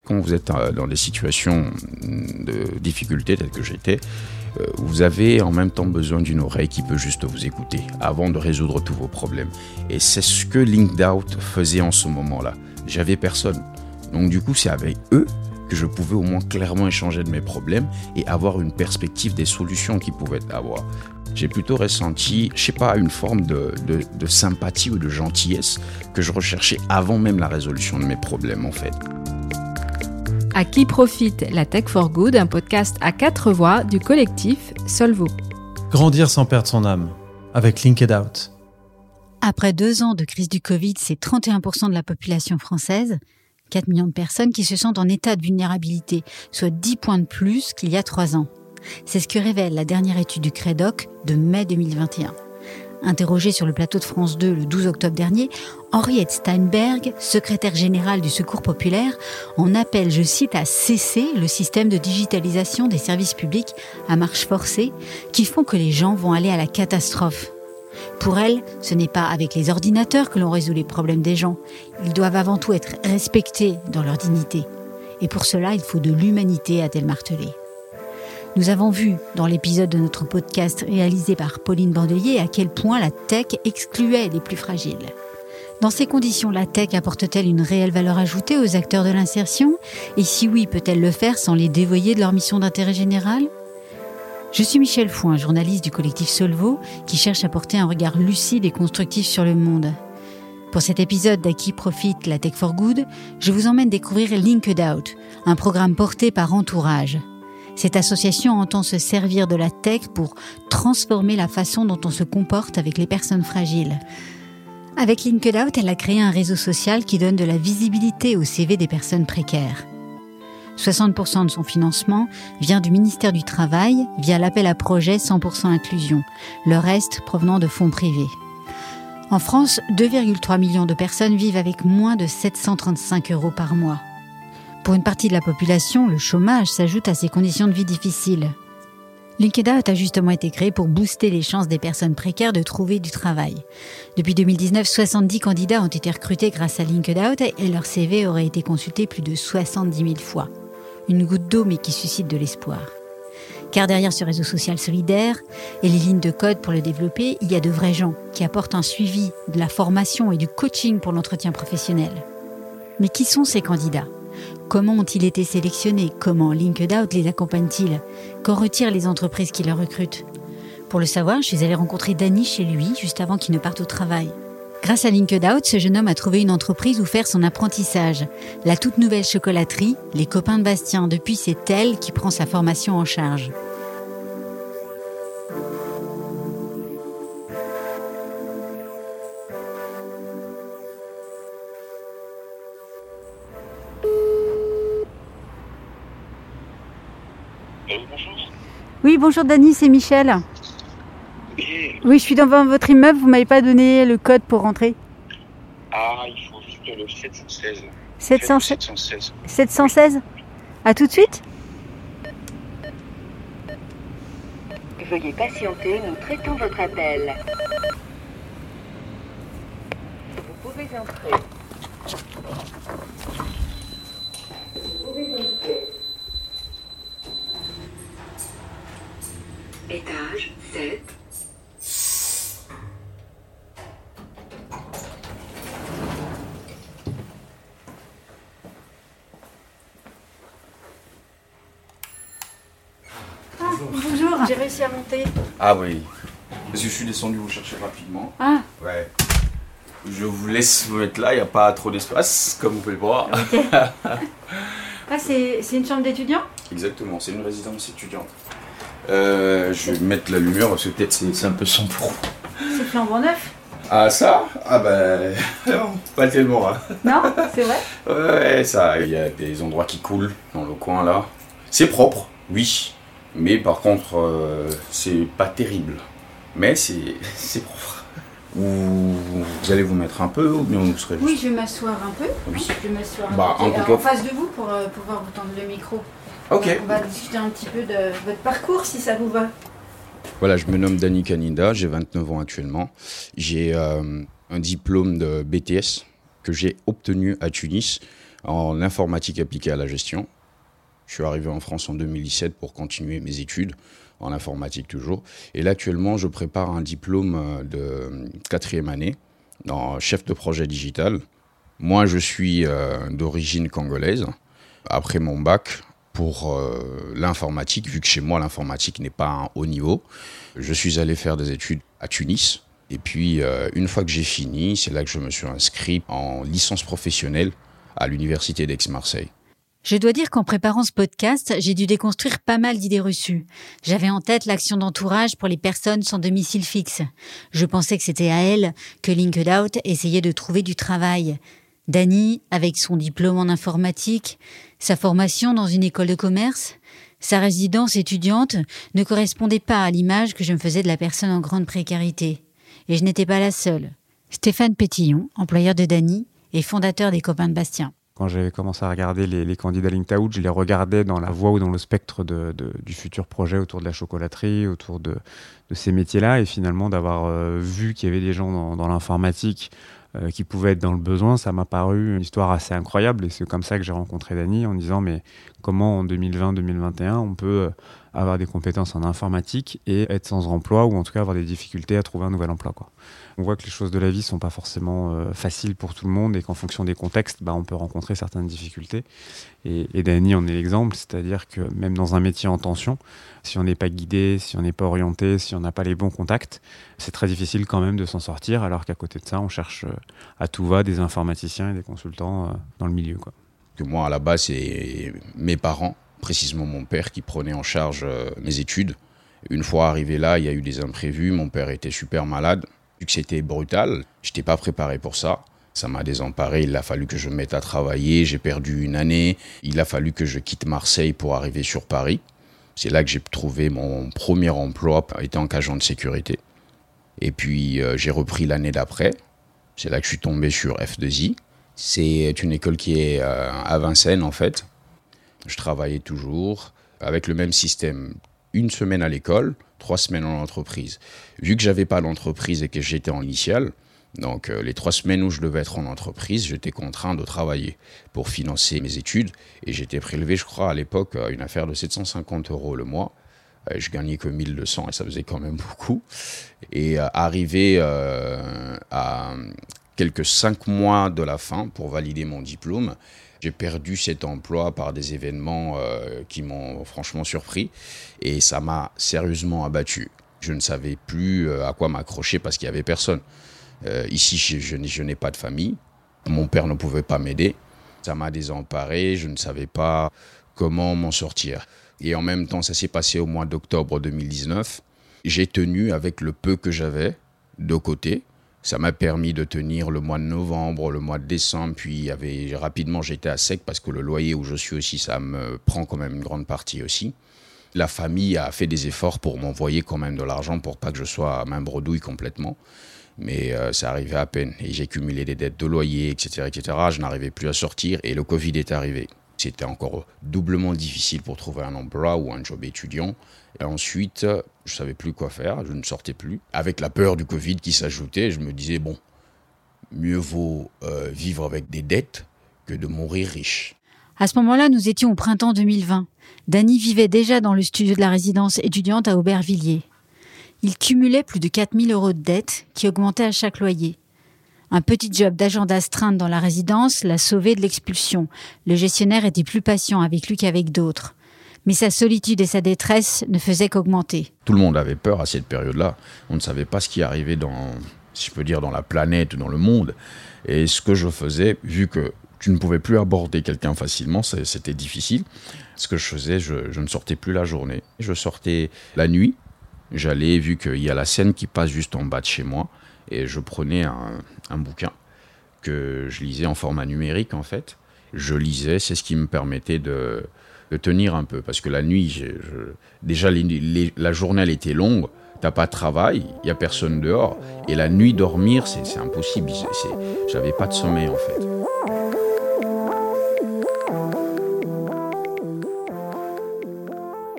Quand vous êtes dans des situations de difficulté telles que j'étais, vous avez en même temps besoin d'une oreille qui peut juste vous écouter avant de résoudre tous vos problèmes. Et c'est ce que Linked Out faisait en ce moment-là. J'avais personne. Donc du coup, c'est avec eux que je pouvais au moins clairement échanger de mes problèmes et avoir une perspective des solutions qu'ils pouvaient avoir. J'ai plutôt ressenti, une forme de sympathie ou de gentillesse que je recherchais avant même la résolution de mes problèmes en fait. À qui profite la Tech for Good, un podcast à 4 voix du collectif Solvo. Grandir sans perdre son âme, avec Linked Out. Après 2 ans de crise du Covid, c'est 31% de la population française, 4 millions de personnes qui se sentent en état de vulnérabilité, soit 10 points de plus qu'il y a 3 ans. C'est ce que révèle la dernière étude du Crédoc de mai 2021. Interrogée sur le plateau de France 2 le 12 octobre dernier, Henriette Steinberg, secrétaire générale du Secours populaire, en appelle, je cite, à cesser le système de digitalisation des services publics à marche forcée qui font que les gens vont aller à la catastrophe. Pour elle, ce n'est pas avec les ordinateurs que l'on résout les problèmes des gens. Ils doivent avant tout être respectés dans leur dignité. Et pour cela, il faut de l'humanité, a-t-elle martelé. Nous avons vu dans l'épisode de notre podcast réalisé par Pauline Bandelier à quel point la tech excluait les plus fragiles. Dans ces conditions, la tech apporte-t-elle une réelle valeur ajoutée aux acteurs de l'insertion ? Et si oui, peut-elle le faire sans les dévoyer de leur mission d'intérêt général ? Je suis Michel Fouin, journaliste du collectif Solvo, qui cherche à porter un regard lucide et constructif sur le monde. Pour cet épisode d'À qui profite la Tech for Good, je vous emmène découvrir Linked Out, un programme porté par Entourage. Cette association entend se servir de la tech pour transformer la façon dont on se comporte avec les personnes fragiles. Avec Linked Out, elle a créé un réseau social qui donne de la visibilité au CV des personnes précaires. 60% de son financement vient du ministère du Travail via l'appel à projet 100% inclusion, le reste provenant de fonds privés. En France, 2,3 millions de personnes vivent avec moins de 735 € par mois. Pour une partie de la population, le chômage s'ajoute à ces conditions de vie difficiles. Linked Out a justement été créé pour booster les chances des personnes précaires de trouver du travail. Depuis 2019, 70 candidats ont été recrutés grâce à Linked Out et leur CV aurait été consulté plus de 70 000 fois. Une goutte d'eau mais qui suscite de l'espoir. Car derrière ce réseau social solidaire et les lignes de code pour le développer, il y a de vrais gens qui apportent un suivi, de la formation et du coaching pour l'entretien professionnel. Mais qui sont ces candidats ? Comment ont-ils été sélectionnés ? Comment Linked Out les accompagne-t-il ? Qu'en retirent les entreprises qui les recrutent ? Pour le savoir, je suis allée rencontrer Dany chez lui, juste avant qu'il ne parte au travail. Grâce à Linked Out, ce jeune homme a trouvé une entreprise où faire son apprentissage. La toute nouvelle chocolaterie, Les Copains de Bastien. Depuis, c'est elle qui prend sa formation en charge. Bonjour. Oui, bonjour Dany, c'est Michel. Oui, je suis devant votre immeuble, vous m'avez pas donné le code pour rentrer. Ah, il faut juste le 716. 716 716 À tout de suite. Veuillez patienter, nous traitons votre appel. Vous pouvez entrer. Étage 7. Bonjour. J'ai réussi à monter. Ah oui, parce que je suis descendu vous chercher rapidement. Ah. Ouais. Je vous laisse vous mettre là, il n'y a pas trop d'espace, comme vous pouvez le voir. Okay. Ah, c'est une chambre d'étudiant ? Exactement, c'est une résidence étudiante. Je vais mettre la lumière parce que peut-être c'est un peu sombre. C'est flambant neuf. Ah ça ? Ah ben... non, pas tellement. Hein. Non, c'est vrai ? Ouais, ça, il y a des endroits qui coulent dans le coin là. C'est propre, oui. Mais par contre, c'est pas terrible. Mais c'est propre. Vous allez vous mettre un peu ou bien vous serez juste... Oui, je vais m'asseoir un peu. Oui. Je vais m'asseoir en en face de vous pour pouvoir vous tendre le micro. Ok. On va discuter un petit peu de votre parcours si ça vous va. Voilà, je me nomme Dany Kanida, j'ai 29 ans actuellement. J'ai un diplôme de BTS que j'ai obtenu à Tunis en informatique appliquée à la gestion. Je suis arrivé en France en 2017 pour continuer mes études, en informatique toujours. Et là, actuellement, je prépare un diplôme de 4e année en chef de projet digital. Moi, je suis d'origine congolaise. Après mon bac, pour l'informatique, vu que chez moi, l'informatique n'est pas un haut niveau, je suis allé faire des études à Tunis. Et puis, une fois que j'ai fini, c'est là que je me suis inscrit en licence professionnelle à l'université d'Aix-Marseille. Je dois dire qu'en préparant ce podcast, j'ai dû déconstruire pas mal d'idées reçues. J'avais en tête l'action d'entourage pour les personnes sans domicile fixe. Je pensais que c'était à elle que LinkedOut essayait de trouver du travail. Dany, avec son diplôme en informatique, sa formation dans une école de commerce, sa résidence étudiante ne correspondait pas à l'image que je me faisais de la personne en grande précarité. Et je n'étais pas la seule. Stéphane Pétillon, employeur de Dany et fondateur des Copains de Bastien. Quand j'avais commencé à regarder les candidats LinkedOut, je les regardais dans la voie ou dans le spectre du futur projet autour de la chocolaterie, autour de ces métiers-là. Et finalement, d'avoir vu qu'il y avait des gens dans l'informatique qui pouvaient être dans le besoin, ça m'a paru une histoire assez incroyable. Et c'est comme ça que j'ai rencontré Dany en disant mais comment en 2020-2021 on peut avoir des compétences en informatique et être sans emploi ou en tout cas avoir des difficultés à trouver un nouvel emploi, quoi. On voit que les choses de la vie ne sont pas forcément faciles pour tout le monde et qu'en fonction des contextes, on peut rencontrer certaines difficultés. Et Dany en est l'exemple, c'est-à-dire que même dans un métier en tension, si on n'est pas guidé, si on n'est pas orienté, si on n'a pas les bons contacts, c'est très difficile quand même de s'en sortir, alors qu'à côté de ça, on cherche à tout va des informaticiens et des consultants dans le milieu, quoi. Que moi, à la base, c'est mes parents, précisément mon père, qui prenait en charge mes études. Une fois arrivé là, il y a eu des imprévus. Mon père était super malade. Vu que c'était brutal, je n'étais pas préparé pour ça. Ça m'a désemparé. Il a fallu que je me mette à travailler. J'ai perdu une année. Il a fallu que je quitte Marseille pour arriver sur Paris. C'est là que j'ai trouvé mon premier emploi, étant qu'agent de sécurité. Et puis, j'ai repris l'année d'après. C'est là que je suis tombé sur F2I. C'est une école qui est à Vincennes, en fait. Je travaillais toujours avec le même système. 1 semaine à l'école, 3 semaines en entreprise. Vu que j'avais pas d'entreprise et que j'étais en initiale, donc les 3 semaines où je devais être en entreprise, j'étais contraint de travailler pour financer mes études. Et j'étais prélevé, je crois, à l'époque, à une affaire de 750 € le mois. Je gagnais que 1200 et ça faisait quand même beaucoup. Et arrivé à quelques 5 mois de la fin pour valider mon diplôme, j'ai perdu cet emploi par des événements qui m'ont franchement surpris et ça m'a sérieusement abattu. Je ne savais plus à quoi m'accrocher parce qu'il n'y avait personne. Ici, je n'ai pas de famille. Mon père ne pouvait pas m'aider. Ça m'a désemparé. Je ne savais pas comment m'en sortir. Et en même temps, ça s'est passé au mois d'octobre 2019. J'ai tenu avec le peu que j'avais de côté. Ça m'a permis de tenir le mois de novembre, le mois de décembre, puis rapidement j'étais à sec parce que le loyer où je suis aussi, ça me prend quand même une grande partie aussi. La famille a fait des efforts pour m'envoyer quand même de l'argent pour pas que je sois à main bredouille complètement. Mais ça arrivait à peine et j'ai cumulé des dettes de loyer, etc., etc. Je n'arrivais plus à sortir et le Covid est arrivé. C'était encore doublement difficile pour trouver un emploi ou un job étudiant. Et ensuite, je ne savais plus quoi faire, je ne sortais plus. Avec la peur du Covid qui s'ajoutait, je me disais, bon, mieux vaut vivre avec des dettes que de mourir riche. À ce moment-là, nous étions au printemps 2020. Dany vivait déjà dans le studio de la résidence étudiante à Aubervilliers. Il cumulait plus de 4 000 € de dettes qui augmentaient à chaque loyer. Un petit job d'agent d'astreinte dans la résidence l'a sauvé de l'expulsion. Le gestionnaire était plus patient avec lui qu'avec d'autres. Mais sa solitude et sa détresse ne faisaient qu'augmenter. Tout le monde avait peur à cette période-là. On ne savait pas ce qui arrivait dans la planète, dans le monde. Et ce que je faisais, vu que tu ne pouvais plus aborder quelqu'un facilement, c'était difficile. Ce que je faisais, je ne sortais plus la journée. Je sortais la nuit. J'allais, vu qu'il y a la Seine qui passe juste en bas de chez moi, et je prenais un bouquin que je lisais en format numérique, en fait. Je lisais, c'est ce qui me permettait de tenir un peu. Parce que la nuit, déjà, la journée, elle était longue. T'as pas de travail, il n'y a personne dehors. Et la nuit, dormir, c'est impossible. J'avais pas de sommeil, en fait.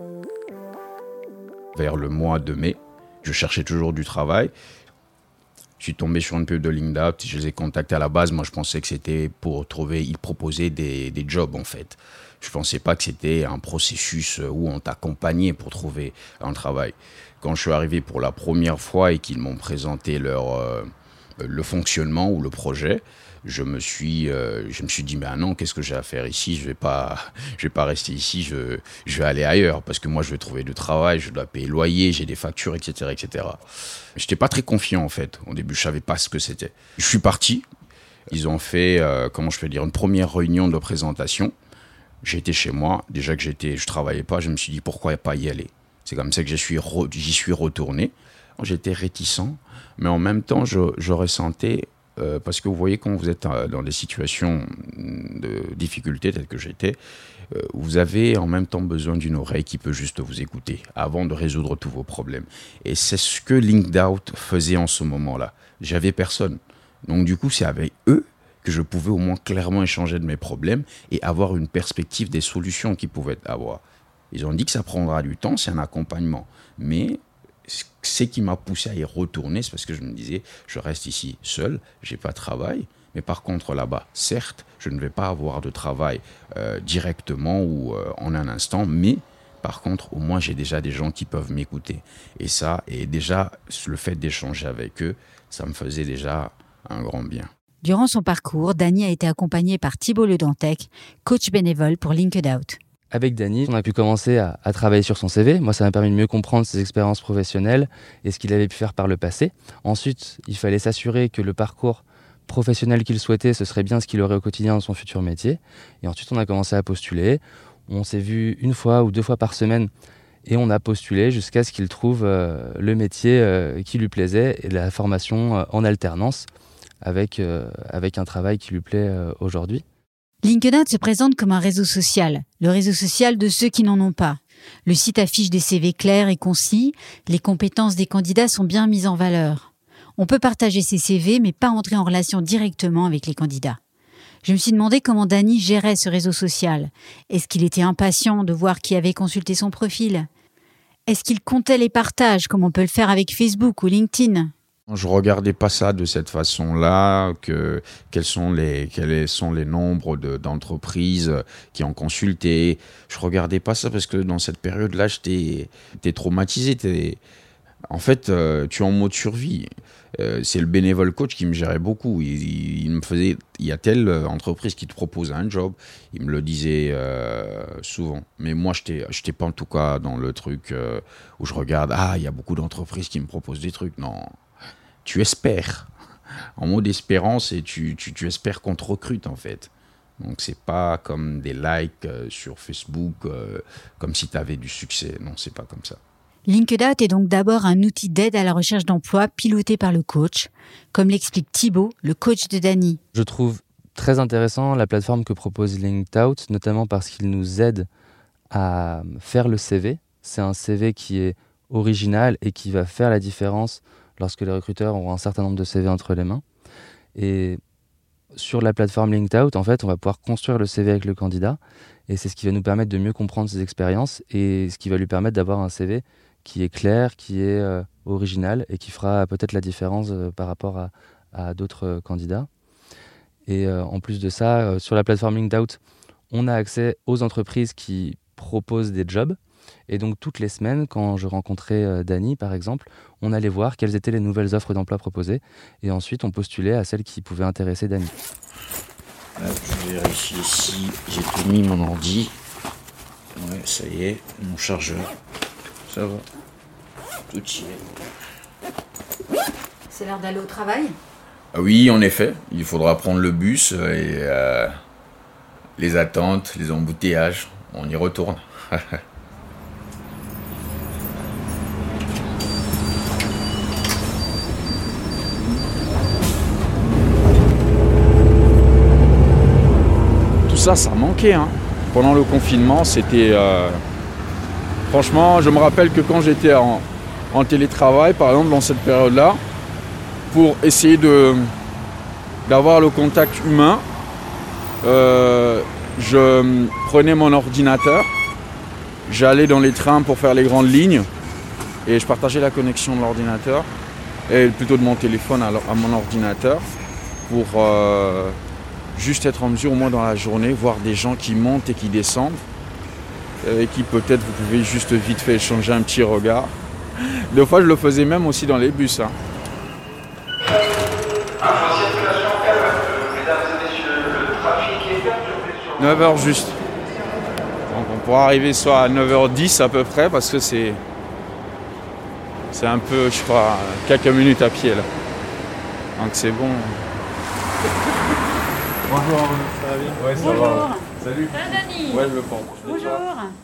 Vers le mois de mai, je cherchais toujours du travail. Je suis tombé sur une pub de LinkedIn, je les ai contactés à la base. Moi, je pensais que c'était ils proposaient des jobs en fait. Je ne pensais pas que c'était un processus où on t'accompagnait pour trouver un travail. Quand je suis arrivé pour la première fois et qu'ils m'ont présenté le fonctionnement ou le projet, je me suis dit, mais non, qu'est-ce que j'ai à faire ici? Je vais pas rester ici, je vais aller ailleurs parce que moi, je vais trouver du travail, je dois payer le loyer, j'ai des factures, etc., etc. Je n'étais pas très confiant, en fait. Au début, je savais pas ce que c'était. Je suis parti. Ils ont fait, une première réunion de présentation. J'étais chez moi. Déjà que je travaillais pas, je me suis dit, pourquoi pas y aller? C'est comme ça que j'y suis retourné. J'étais réticent, mais en même temps, je ressentais... parce que vous voyez, quand vous êtes dans des situations de difficulté telles que j'étais, vous avez en même temps besoin d'une oreille qui peut juste vous écouter avant de résoudre tous vos problèmes. Et c'est ce que LinkedIn faisait en ce moment-là. J'avais personne. Donc du coup, c'est avec eux que je pouvais au moins clairement échanger de mes problèmes et avoir une perspective des solutions qu'ils pouvaient avoir. Ils ont dit que ça prendra du temps, c'est un accompagnement. Mais... ce qui m'a poussé à y retourner, c'est parce que je me disais, je reste ici seul, j'ai pas de travail, mais par contre là-bas, certes, je ne vais pas avoir de travail directement ou en un instant, mais par contre, au moins j'ai déjà des gens qui peuvent m'écouter. Et ça, et déjà, le fait d'échanger avec eux, ça me faisait déjà un grand bien. Durant son parcours, Dany a été accompagné par Thibault Le Dantec, coach bénévole pour LinkedIn. Avec Dany, on a pu commencer à travailler sur son CV. Moi, ça m'a permis de mieux comprendre ses expériences professionnelles et ce qu'il avait pu faire par le passé. Ensuite, il fallait s'assurer que le parcours professionnel qu'il souhaitait, ce serait bien ce qu'il aurait au quotidien dans son futur métier. Et ensuite, on a commencé à postuler. On s'est vu 1 fois ou 2 fois par semaine et on a postulé jusqu'à ce qu'il trouve le métier qui lui plaisait et la formation en alternance avec un travail qui lui plaît aujourd'hui. LinkedIn se présente comme un réseau social, le réseau social de ceux qui n'en ont pas. Le site affiche des CV clairs et concis, les compétences des candidats sont bien mises en valeur. On peut partager ses CV mais pas entrer en relation directement avec les candidats. Je me suis demandé comment Dany gérait ce réseau social. Est-ce qu'il était impatient de voir qui avait consulté son profil? Est-ce qu'il comptait les partages comme on peut le faire avec Facebook ou LinkedIn? Je regardais pas ça de cette façon-là, quels sont les nombres d'entreprises qui ont consulté. Je regardais pas ça parce que dans cette période-là, j'étais traumatisé. En fait, tu es en mode survie. C'est le bénévole coach qui me gérait beaucoup. Il me faisait, il y a telle entreprise qui te propose un job. Il me le disait souvent. Mais moi, j'étais pas en tout cas dans le truc où je regarde, il y a beaucoup d'entreprises qui me proposent des trucs. Non. Tu espères, en mode espérance, et tu espères qu'on te recrute en fait. Donc c'est pas comme des likes sur Facebook, comme si tu avais du succès. Non, c'est pas comme ça. LinkedIn est donc d'abord un outil d'aide à la recherche d'emploi piloté par le coach, comme l'explique Thibault, le coach de Dany. Je trouve très intéressant la plateforme que propose LinkedIn, notamment parce qu'il nous aide à faire le CV. C'est un CV qui est original et qui va faire la différence lorsque les recruteurs auront un certain nombre de CV entre les mains. Et sur la plateforme LinkedIn, en fait, on va pouvoir construire le CV avec le candidat. Et c'est ce qui va nous permettre de mieux comprendre ses expériences et ce qui va lui permettre d'avoir un CV qui est clair, qui est original et qui fera peut-être la différence par rapport à d'autres candidats. Et en plus de ça, sur la plateforme LinkedIn, on a accès aux entreprises qui proposent des jobs. Et donc toutes les semaines, quand je rencontrais Dany par exemple, on allait voir quelles étaient les nouvelles offres d'emploi proposées et ensuite on postulait à celles qui pouvaient intéresser Dany. Je vérifie ici, j'ai tout mis mon ordi. Ouais, ça y est, mon chargeur. Ça va. Tout y est. C'est l'heure d'aller au travail? Oui, en effet, il faudra prendre le bus et les attentes, les embouteillages, on y retourne. Ça manquait. Pendant le confinement, c'était... Franchement, je me rappelle que quand j'étais en télétravail, par exemple, dans cette période-là, pour essayer d'avoir le contact humain, je prenais mon ordinateur, j'allais dans les trains pour faire les grandes lignes, et je partageais la connexion de l'ordinateur et plutôt de mon téléphone à mon ordinateur, pour juste être en mesure, au moins dans la journée, voir des gens qui montent et qui descendent, et qui peut-être vous pouvez juste vite fait échanger un petit regard. Des fois, je le faisais même aussi dans les bus. 9h juste. Donc on pourra arriver soit à 9h10 à peu près, parce que c'est un peu, je crois, quelques minutes à pied là. Donc c'est bon. Bonjour, ça va bien? Ouais, ça Bonjour. va. Salut. Ça va, Dany? Ouais, je le pense. Bonjour.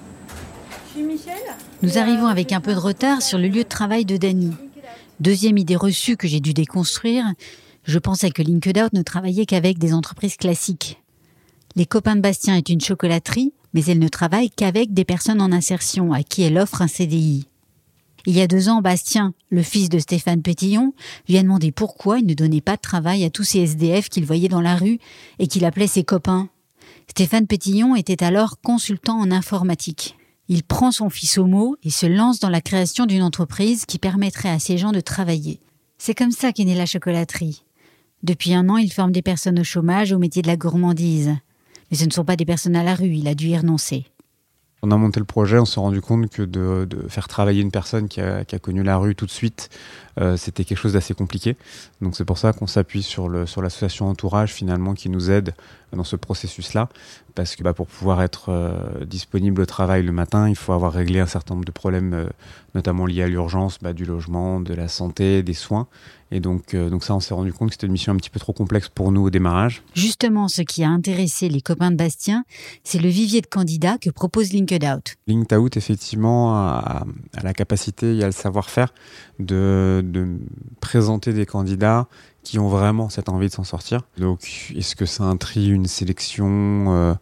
Je suis Michel. Nous arrivons avec un peu de retard sur le lieu de travail de Dany. Deuxième idée reçue que j'ai dû déconstruire, je pensais que LinkedOut ne travaillait qu'avec des entreprises classiques. Les Copains de Bastien est une chocolaterie, mais elle ne travaille qu'avec des personnes en insertion à qui elle offre un CDI. Il y a 2 ans, Bastien, le fils de Stéphane Pétillon, lui a demandé pourquoi il ne donnait pas de travail à tous ces SDF qu'il voyait dans la rue et qu'il appelait ses copains. Stéphane Pétillon était alors consultant en informatique. Il prend son fils au mot et se lance dans la création d'une entreprise qui permettrait à ces gens de travailler. C'est comme ça qu'est née la chocolaterie. Depuis 1 an, il forme des personnes au chômage au métier de la gourmandise. Mais ce ne sont pas des personnes à la rue, il a dû y renoncer. On a monté le projet, on s'est rendu compte que de faire travailler une personne qui a connu la rue tout de suite, c'était quelque chose d'assez compliqué. Donc c'est pour ça qu'on s'appuie sur l'association Entourage finalement qui nous aide dans ce processus-là. Parce que pour pouvoir être disponible au travail le matin, il faut avoir réglé un certain nombre de problèmes, notamment liés à l'urgence, du logement, de la santé, des soins. Et donc ça, on s'est rendu compte que c'était une mission un petit peu trop complexe pour nous au démarrage. Justement, ce qui a intéressé les Copains de Bastien, c'est le vivier de candidats que propose LinkedOut. LinkedOut, effectivement, a la capacité et a le savoir-faire de présenter des candidats qui ont vraiment cette envie de s'en sortir. Donc, est-ce que c'est un tri, une sélection,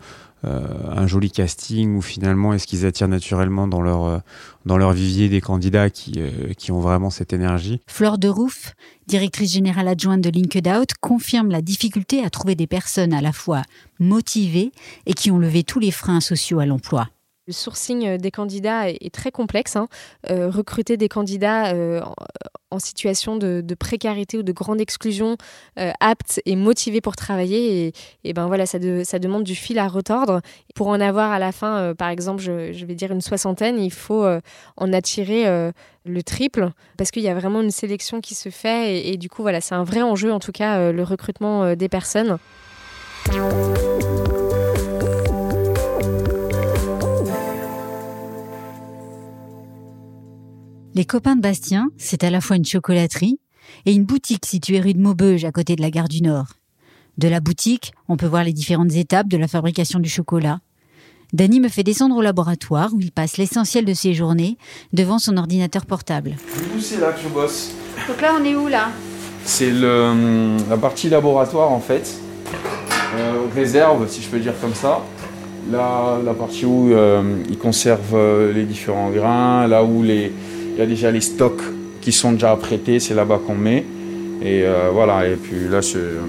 un joli casting, ou finalement, est-ce qu'ils attirent naturellement dans leur vivier des candidats qui ont vraiment cette énergie? Flore de Rouf, directrice générale adjointe de LinkedOut, confirme la difficulté à trouver des personnes à la fois motivées et qui ont levé tous les freins sociaux à l'emploi. Le sourcing des candidats est très complexe. Recruter des candidats en situation de précarité ou de grande exclusion, aptes et motivés pour travailler, et ça demande du fil à retordre. Pour en avoir à la fin, par exemple, je vais dire une 60aine, il faut en attirer le triple, parce qu'il y a vraiment une sélection qui se fait, et du coup, c'est un vrai enjeu, en tout cas, le recrutement des personnes. Les Copains de Bastien, c'est à la fois une chocolaterie et une boutique située rue de Maubeuge, à côté de la gare du Nord. De la boutique, on peut voir les différentes étapes de la fabrication du chocolat. Dany me fait descendre au laboratoire où il passe l'essentiel de ses journées devant son ordinateur portable. Du coup, c'est là que je bosse. Donc là, on est où là? C'est la partie laboratoire en fait. Réserve, si je peux dire comme ça. Là, la partie où ils conservent les différents grains, là où il y a déjà les stocks qui sont déjà apprêtés, c'est là-bas qu'on met. Et voilà, et puis là, c'est un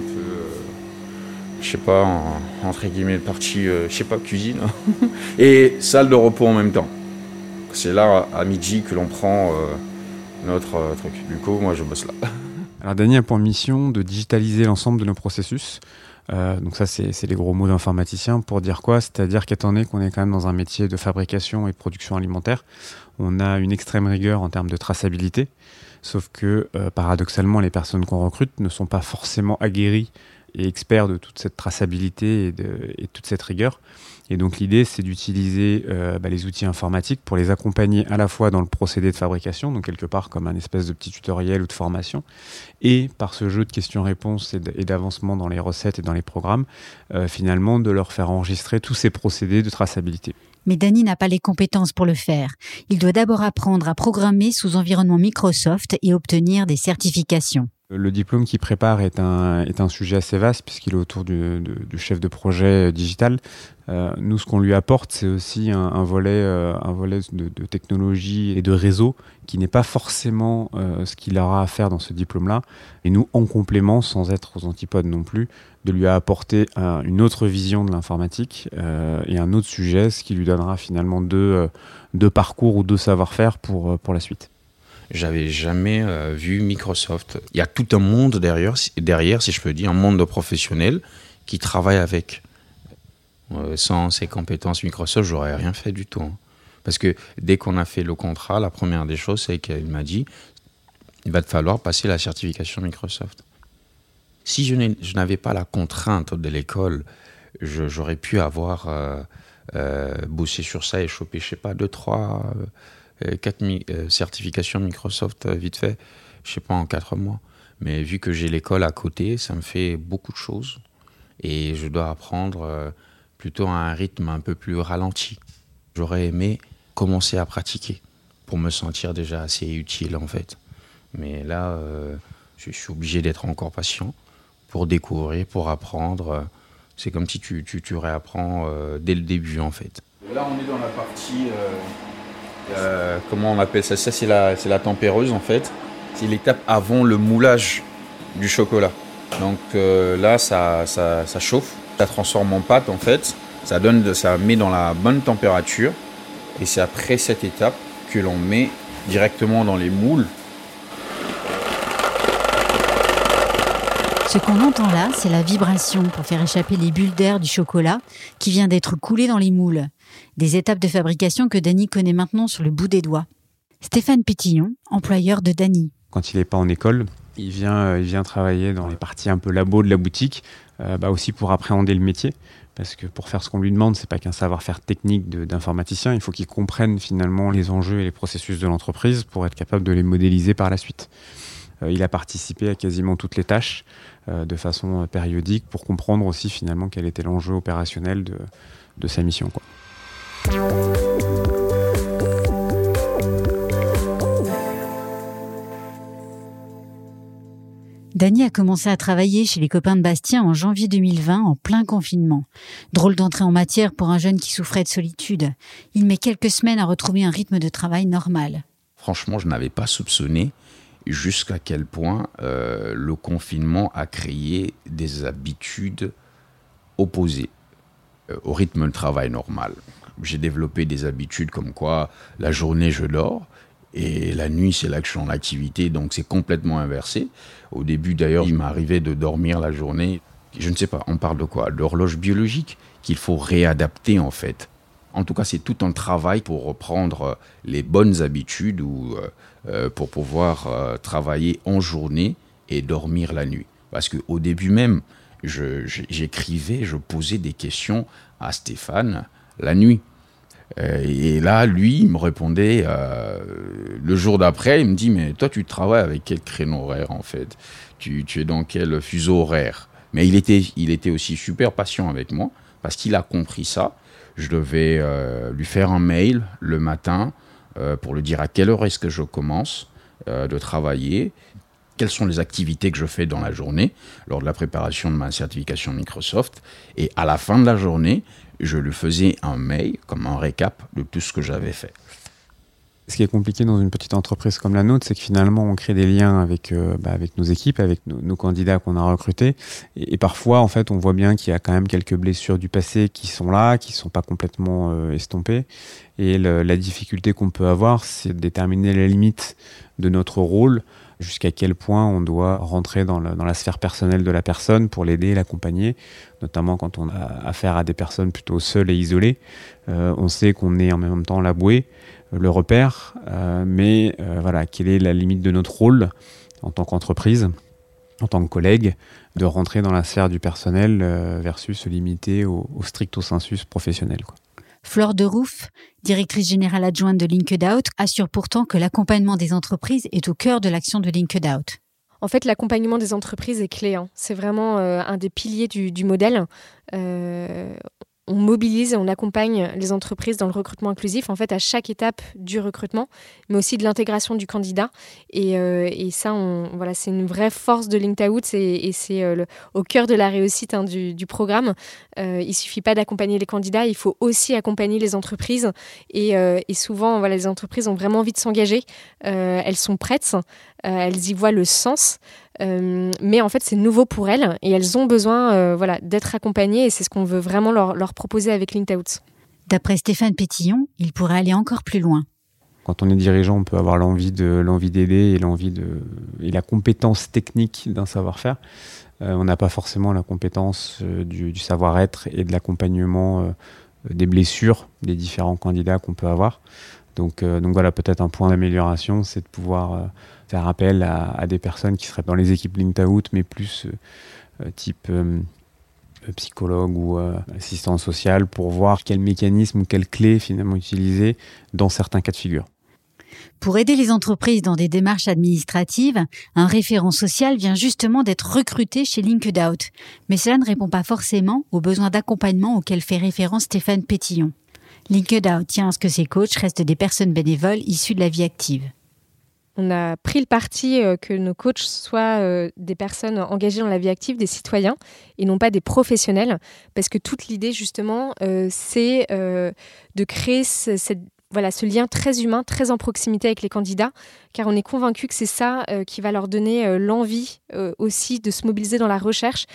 peu, entre guillemets, partie, cuisine. Et salle de repos en même temps. C'est là, à midi, que l'on prend notre truc. Du coup, moi, je bosse là. Alors, Dany a pour mission de digitaliser l'ensemble de nos processus. Donc ça, c'est les gros mots d'informaticien pour dire quoi? C'est-à-dire qu'étant donné qu'on est quand même dans un métier de fabrication et de production alimentaire, on a une extrême rigueur en termes de traçabilité, sauf que paradoxalement, les personnes qu'on recrute ne sont pas forcément aguerries et experts de toute cette traçabilité et toute cette rigueur. Et donc l'idée, c'est d'utiliser les outils informatiques pour les accompagner à la fois dans le procédé de fabrication, donc quelque part comme un espèce de petit tutoriel ou de formation, et par ce jeu de questions-réponses et d'avancement dans les recettes et dans les programmes, finalement de leur faire enregistrer tous ces procédés de traçabilité. Mais Dany n'a pas les compétences pour le faire. Il doit d'abord apprendre à programmer sous environnement Microsoft et obtenir des certifications. Le diplôme qu'il prépare est un sujet assez vaste puisqu'il est autour du chef de projet digital. Nous, ce qu'on lui apporte, c'est aussi un volet de technologie et de réseau qui n'est pas forcément ce qu'il aura à faire dans ce diplôme-là. Et nous, en complément, sans être aux antipodes non plus, de lui apporter une autre vision de l'informatique et un autre sujet, ce qui lui donnera finalement deux parcours ou deux savoir-faire pour la suite. j'avais jamais vu Microsoft. Il y a tout un monde derrière, si je peux dire, un monde de professionnels qui travaillent avec. Sans ces compétences Microsoft, j'aurais rien fait du tout. Hein. Parce que dès qu'on a fait le contrat, la première des choses, c'est qu'elle m'a dit, il va te falloir passer la certification Microsoft. Si je n'avais pas la contrainte de l'école, j'aurais pu avoir bossé sur ça et choper, je sais pas, 2, 3, 4 certifications Microsoft vite fait, je sais pas, en 4 mois. Mais vu que j'ai l'école à côté, ça me fait beaucoup de choses. Et je dois apprendre plutôt à un rythme un peu plus ralenti. J'aurais aimé commencer à pratiquer pour me sentir déjà assez utile en fait. Mais là, je suis obligé d'être encore patient pour découvrir, pour apprendre. C'est comme si tu réapprends dès le début en fait. Là, on est dans la partie, comment on appelle ça ? Ça, c'est la tempéreuse en fait. C'est l'étape avant le moulage du chocolat. Donc là, ça chauffe, ça transforme en pâte en fait. Ça met dans la bonne température. Et c'est après cette étape que l'on met directement dans les moules. Ce qu'on entend là, c'est la vibration pour faire échapper les bulles d'air du chocolat qui vient d'être coulé dans les moules. Des étapes de fabrication que Dany connaît maintenant sur le bout des doigts. Stéphane Pétillon, employeur de Dany. Quand il n'est pas en école, il vient travailler dans les parties un peu labo de la boutique, aussi pour appréhender le métier. Parce que pour faire ce qu'on lui demande, c'est pas qu'un savoir-faire technique d'informaticien, il faut qu'il comprenne finalement les enjeux et les processus de l'entreprise pour être capable de les modéliser par la suite. Il a participé à quasiment toutes les tâches de façon périodique pour comprendre aussi finalement quel était l'enjeu opérationnel de sa mission, quoi. Dany a commencé à travailler chez les copains de Bastien en janvier 2020, en plein confinement. Drôle d'entrée en matière pour un jeune qui souffrait de solitude. Il met quelques semaines à retrouver un rythme de travail normal. Franchement, je n'avais pas soupçonné jusqu'à quel point le confinement a créé des habitudes opposées au rythme de travail normal. J'ai développé des habitudes comme quoi la journée je dors, et la nuit, c'est là que je suis en activité, donc c'est complètement inversé. Au début, d'ailleurs, il m'arrivait de dormir la journée. Je ne sais pas, on parle de quoi ? L'horloge biologique qu'il faut réadapter, en fait. En tout cas, c'est tout un travail pour reprendre les bonnes habitudes ou pour pouvoir travailler en journée et dormir la nuit. Parce qu'au début même, j'écrivais, je posais des questions à Stéphane la nuit. Et là, lui, il me répondait le jour d'après, il me dit « Mais toi, tu travailles avec quel créneau horaire, en fait ? Tu es dans quel fuseau horaire ?» Mais il était aussi super patient avec moi, parce qu'il a compris ça. Je devais lui faire un mail le matin pour lui dire à quelle heure est-ce que je commence de travailler, quelles sont les activités que je fais dans la journée, lors de la préparation de ma certification Microsoft. Et à la fin de la journée, je lui faisais un mail, comme un récap de tout ce que j'avais fait. Ce qui est compliqué dans une petite entreprise comme la nôtre, c'est que finalement, on crée des liens avec nos équipes, avec nos candidats qu'on a recrutés. Et parfois, en fait, on voit bien qu'il y a quand même quelques blessures du passé qui sont là, qui ne sont pas complètement estompées. Et la difficulté qu'on peut avoir, c'est de déterminer la limite de notre rôle, jusqu'à quel point on doit rentrer dans la sphère personnelle de la personne pour l'aider et l'accompagner, notamment quand on a affaire à des personnes plutôt seules et isolées. On sait qu'on est en même temps la bouée, le repère, mais quelle est la limite de notre rôle en tant qu'entreprise, en tant que collègue, de rentrer dans la sphère du personnel versus se limiter au stricto sensus professionnel, quoi. Flore de Roof, directrice générale adjointe de LinkedOut, assure pourtant que l'accompagnement des entreprises est au cœur de l'action de LinkedOut. En fait, l'accompagnement des entreprises est clé. C'est vraiment un des piliers du modèle. On mobilise et on accompagne les entreprises dans le recrutement inclusif, en fait, à chaque étape du recrutement, mais aussi de l'intégration du candidat. Et ça, c'est une vraie force de LinkedOut et c'est au cœur de la réussite du programme. Il ne suffit pas d'accompagner les candidats, il faut aussi accompagner les entreprises. Et souvent, les entreprises ont vraiment envie de s'engager. Elles sont prêtes, elles y voient le sens. Mais en fait, c'est nouveau pour elles et elles ont besoin d'être accompagnées et c'est ce qu'on veut vraiment leur proposer avec LinkedOut. D'après Stéphane Pétillon, il pourrait aller encore plus loin. Quand on est dirigeant, on peut avoir l'envie d'aider et la compétence technique d'un savoir-faire. On n'a pas forcément la compétence du savoir-être et de l'accompagnement des blessures des différents candidats qu'on peut avoir. Donc voilà, peut-être un point d'amélioration, c'est de pouvoir faire appel à des personnes qui seraient dans les équipes Linked Out, mais plus type psychologue ou assistant social, pour voir quel mécanisme ou quelle clé finalement utiliser dans certains cas de figure. Pour aider les entreprises dans des démarches administratives, un référent social vient justement d'être recruté chez Linked Out. Mais cela ne répond pas forcément aux besoins d'accompagnement auxquels fait référence Stéphane Pétillon. Linked Out tient à ce que ses coachs restent des personnes bénévoles issues de la vie active. On a pris le parti que nos coachs soient des personnes engagées dans la vie active, des citoyens, et non pas des professionnels, parce que toute l'idée, justement, c'est de créer ce lien très humain, très en proximité avec les candidats, car on est convaincu que c'est ça qui va leur donner l'envie aussi de se mobiliser dans la recherche.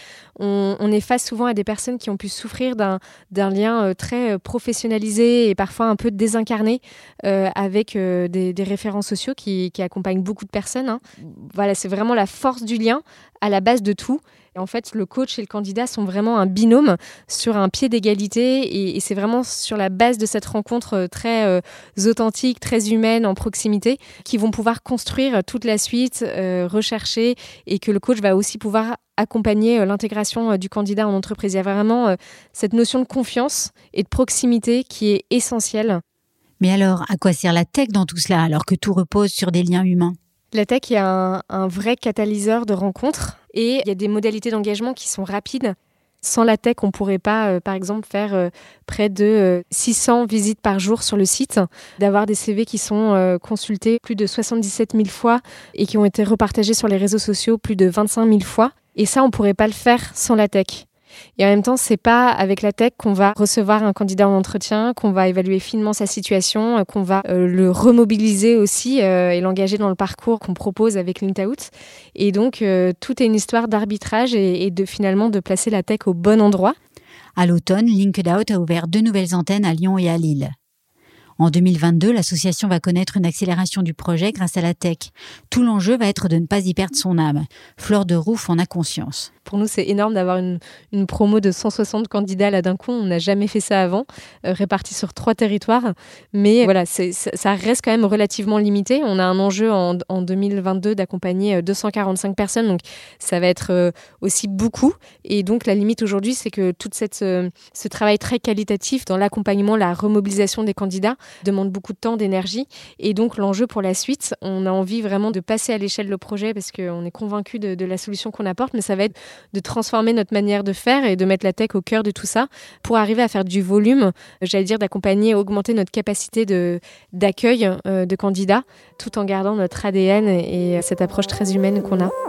On est face souvent à des personnes qui ont pu souffrir d'un lien très professionnalisé et parfois un peu désincarné avec des référents sociaux qui accompagnent beaucoup de personnes, hein. Voilà, c'est vraiment la force du lien à la base de tout. Et en fait, le coach et le candidat sont vraiment un binôme sur un pied d'égalité et c'est vraiment sur la base de cette rencontre très authentique, très humaine, en proximité, qu'ils vont pouvoir construire toute la suite, rechercher, et que le coach va aussi pouvoir accompagner l'intégration du candidat en entreprise. Il y a vraiment cette notion de confiance et de proximité qui est essentielle. Mais alors, à quoi sert la tech dans tout cela, alors que tout repose sur des liens humains ? La tech est un vrai catalyseur de rencontres et il y a des modalités d'engagement qui sont rapides. Sans la tech, on ne pourrait pas, par exemple, faire près de 600 visites par jour sur le site, d'avoir des CV qui sont consultés plus de 77 000 fois et qui ont été repartagés sur les réseaux sociaux plus de 25 000 fois. Et ça, on ne pourrait pas le faire sans la tech. Et en même temps, c'est pas avec la tech qu'on va recevoir un candidat en entretien, qu'on va évaluer finement sa situation, qu'on va le remobiliser aussi et l'engager dans le parcours qu'on propose avec Linked Out. Et donc, tout est une histoire d'arbitrage et finalement de placer la tech au bon endroit. À l'automne, Linked Out a ouvert 2 nouvelles antennes à Lyon et à Lille. En 2022, l'association va connaître une accélération du projet grâce à la tech. Tout l'enjeu va être de ne pas y perdre son âme. Fleur de Rouf en a conscience. Pour nous, c'est énorme d'avoir une promo de 160 candidats là d'un coup. On n'a jamais fait ça avant, répartis sur 3 territoires. Mais voilà, ça reste quand même relativement limité. On a un enjeu en 2022 d'accompagner 245 personnes. Donc, ça va être aussi beaucoup. Et donc, la limite aujourd'hui, c'est que tout ce travail très qualitatif dans l'accompagnement, la remobilisation des candidats demande beaucoup de temps, d'énergie. Et donc, l'enjeu pour la suite, on a envie vraiment de passer à l'échelle le projet parce qu'on est convaincu de la solution qu'on apporte. Mais ça va être de transformer notre manière de faire et de mettre la tech au cœur de tout ça pour arriver à faire du volume, j'allais dire d'accompagner, augmenter notre capacité d'accueil de candidats tout en gardant notre ADN et cette approche très humaine qu'on a.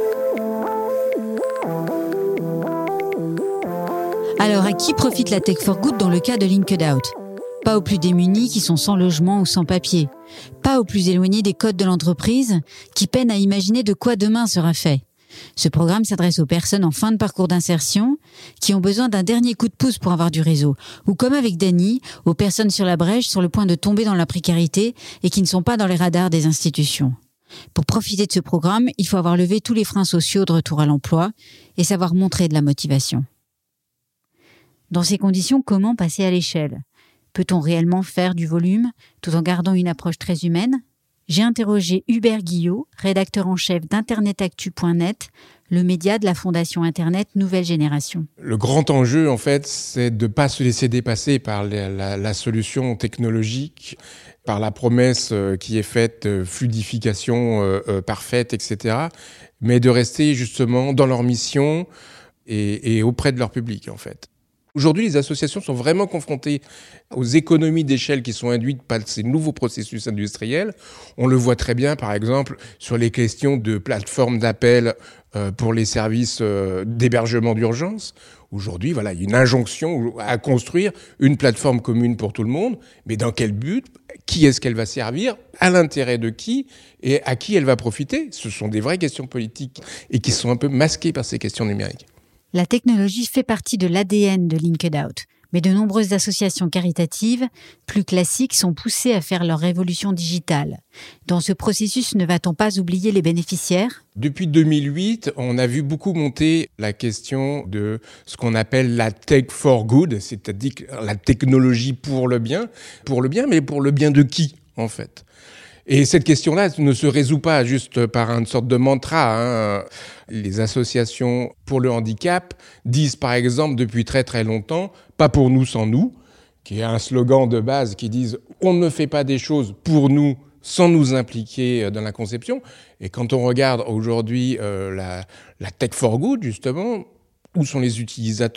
Alors, à qui profite la Tech for Good dans le cas de Linked Out ? Pas aux plus démunis qui sont sans logement ou sans papier. Pas aux plus éloignés des codes de l'entreprise qui peinent à imaginer de quoi demain sera fait. Ce programme s'adresse aux personnes en fin de parcours d'insertion qui ont besoin d'un dernier coup de pouce pour avoir du réseau. Ou comme avec Dany, aux personnes sur la brèche sur le point de tomber dans la précarité et qui ne sont pas dans les radars des institutions. Pour profiter de ce programme, il faut avoir levé tous les freins sociaux de retour à l'emploi et savoir montrer de la motivation. Dans ces conditions, comment passer à l'échelle ? Peut-on réellement faire du volume tout en gardant une approche très humaine ? J'ai interrogé Hubert Guillot, rédacteur en chef d'internetactu.net, le média de la Fondation Internet Nouvelle Génération. Le grand enjeu, en fait, c'est de ne pas se laisser dépasser par la solution technologique, par la promesse qui est faite, fluidification parfaite, etc., mais de rester justement dans leur mission et auprès de leur public, en fait. Aujourd'hui, les associations sont vraiment confrontées aux économies d'échelle qui sont induites par ces nouveaux processus industriels. On le voit très bien, par exemple, sur les questions de plateformes d'appel pour les services d'hébergement d'urgence. Aujourd'hui, voilà, il y a une injonction à construire une plateforme commune pour tout le monde. Mais dans quel but ? Qui est-ce qu'elle va servir ? À l'intérêt de qui ? Et à qui elle va profiter ? Ce sont des vraies questions politiques et qui sont un peu masquées par ces questions numériques. La technologie fait partie de l'ADN de Linked Out. Mais de nombreuses associations caritatives, plus classiques, sont poussées à faire leur révolution digitale. Dans ce processus, ne va-t-on pas oublier les bénéficiaires ? Depuis 2008, on a vu beaucoup monter la question de ce qu'on appelle la tech for good, c'est-à-dire la technologie pour le bien, mais pour le bien de qui, en fait ? Et cette question-là ne se résout pas juste par une sorte de mantra. Les associations pour le handicap disent par exemple depuis très très longtemps « pas pour nous sans nous », qui est un slogan de base qui disent « on ne fait pas des choses pour nous sans nous impliquer dans la conception ». Et quand on regarde aujourd'hui la tech for good, justement, où sont les utilisateurs ?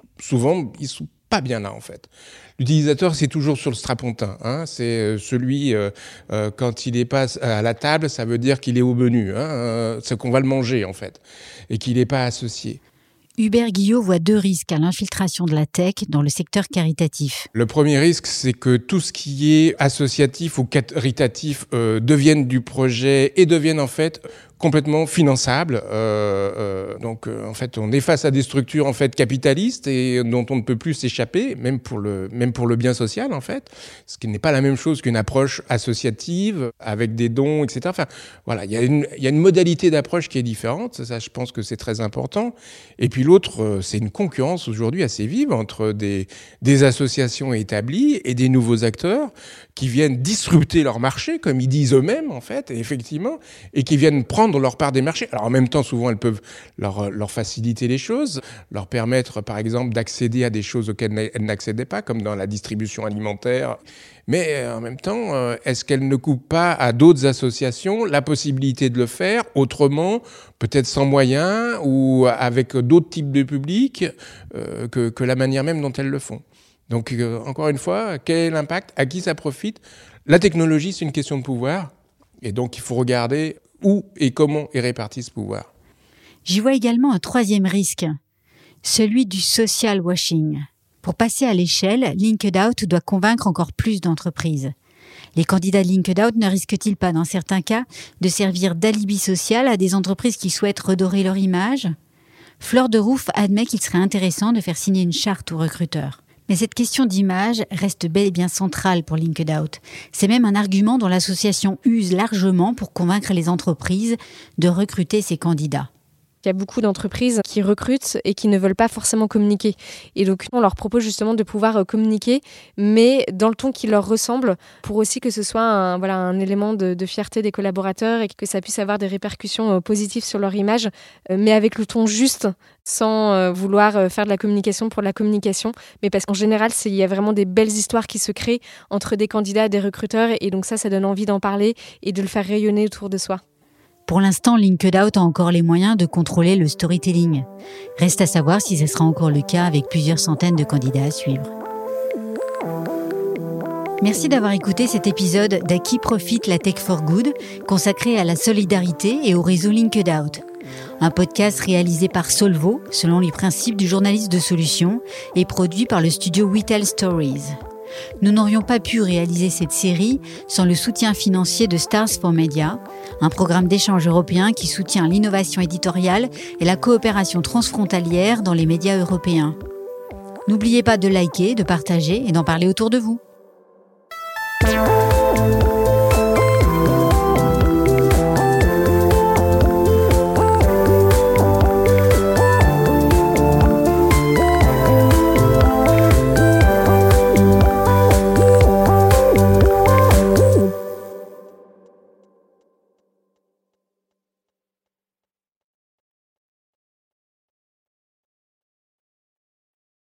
Souvent, ils sont pas bien là, en fait. L'utilisateur, c'est toujours sur le strapontin. C'est celui, quand il est pas à la table, ça veut dire qu'il est au menu. C'est qu'on va le manger, en fait, et qu'il n'est pas associé. Hubert Guillot voit 2 risques à l'infiltration de la tech dans le secteur caritatif. Le premier risque, c'est que tout ce qui est associatif ou caritatif devienne du projet et devienne en fait complètement finançable. Donc, en fait, on est face à des structures en fait capitalistes et dont on ne peut plus s'échapper, même pour le bien social en fait, ce qui n'est pas la même chose qu'une approche associative avec des dons, etc. Enfin, voilà, il y a une modalité d'approche qui est différente. Ça, je pense que c'est très important. Et puis l'autre, c'est une concurrence aujourd'hui assez vive entre des associations établies et des nouveaux acteurs qui viennent disrupter leur marché, comme ils disent eux-mêmes en fait, et effectivement, et qui viennent prendre leur part des marchés. Alors en même temps, souvent, elles peuvent leur faciliter les choses, leur permettre, par exemple, d'accéder à des choses auxquelles elles n'accédaient pas, comme dans la distribution alimentaire. Mais en même temps, est-ce qu'elles ne coupent pas à d'autres associations la possibilité de le faire autrement, peut-être sans moyens ou avec d'autres types de publics que la manière même dont elles le font ? Donc, encore une fois, quel est l'impact ? À qui ça profite ? La technologie, c'est une question de pouvoir. Et donc, il faut regarder où et comment est réparti ce pouvoir. J'y vois également un 3e risque, celui du social washing. Pour passer à l'échelle, LinkedOut doit convaincre encore plus d'entreprises. Les candidats de LinkedOut ne risquent-ils pas, dans certains cas, de servir d'alibi social à des entreprises qui souhaitent redorer leur image ? Fleur de Rouf admet qu'il serait intéressant de faire signer une charte aux recruteurs. Mais cette question d'image reste bel et bien centrale pour LinkedOut. C'est même un argument dont l'association use largement pour convaincre les entreprises de recruter ses candidats. Il y a beaucoup d'entreprises qui recrutent et qui ne veulent pas forcément communiquer. Et donc, on leur propose justement de pouvoir communiquer, mais dans le ton qui leur ressemble, pour aussi que ce soit un élément de fierté des collaborateurs et que ça puisse avoir des répercussions positives sur leur image, mais avec le ton juste, sans vouloir faire de la communication pour la communication. Mais parce qu'en général, il y a vraiment des belles histoires qui se créent entre des candidats et des recruteurs. Et donc ça donne envie d'en parler et de le faire rayonner autour de soi. Pour l'instant, LinkedOut a encore les moyens de contrôler le storytelling. Reste à savoir si ce sera encore le cas avec plusieurs centaines de candidats à suivre. Merci d'avoir écouté cet épisode d'À qui profite la Tech for Good, consacré à la solidarité et au réseau LinkedOut. Un podcast réalisé par Solvo, selon les principes du journaliste de solutions, et produit par le studio We Tell Stories. Nous n'aurions pas pu réaliser cette série sans le soutien financier de Stars for Media, un programme d'échange européen qui soutient l'innovation éditoriale et la coopération transfrontalière dans les médias européens. N'oubliez pas de liker, de partager et d'en parler autour de vous.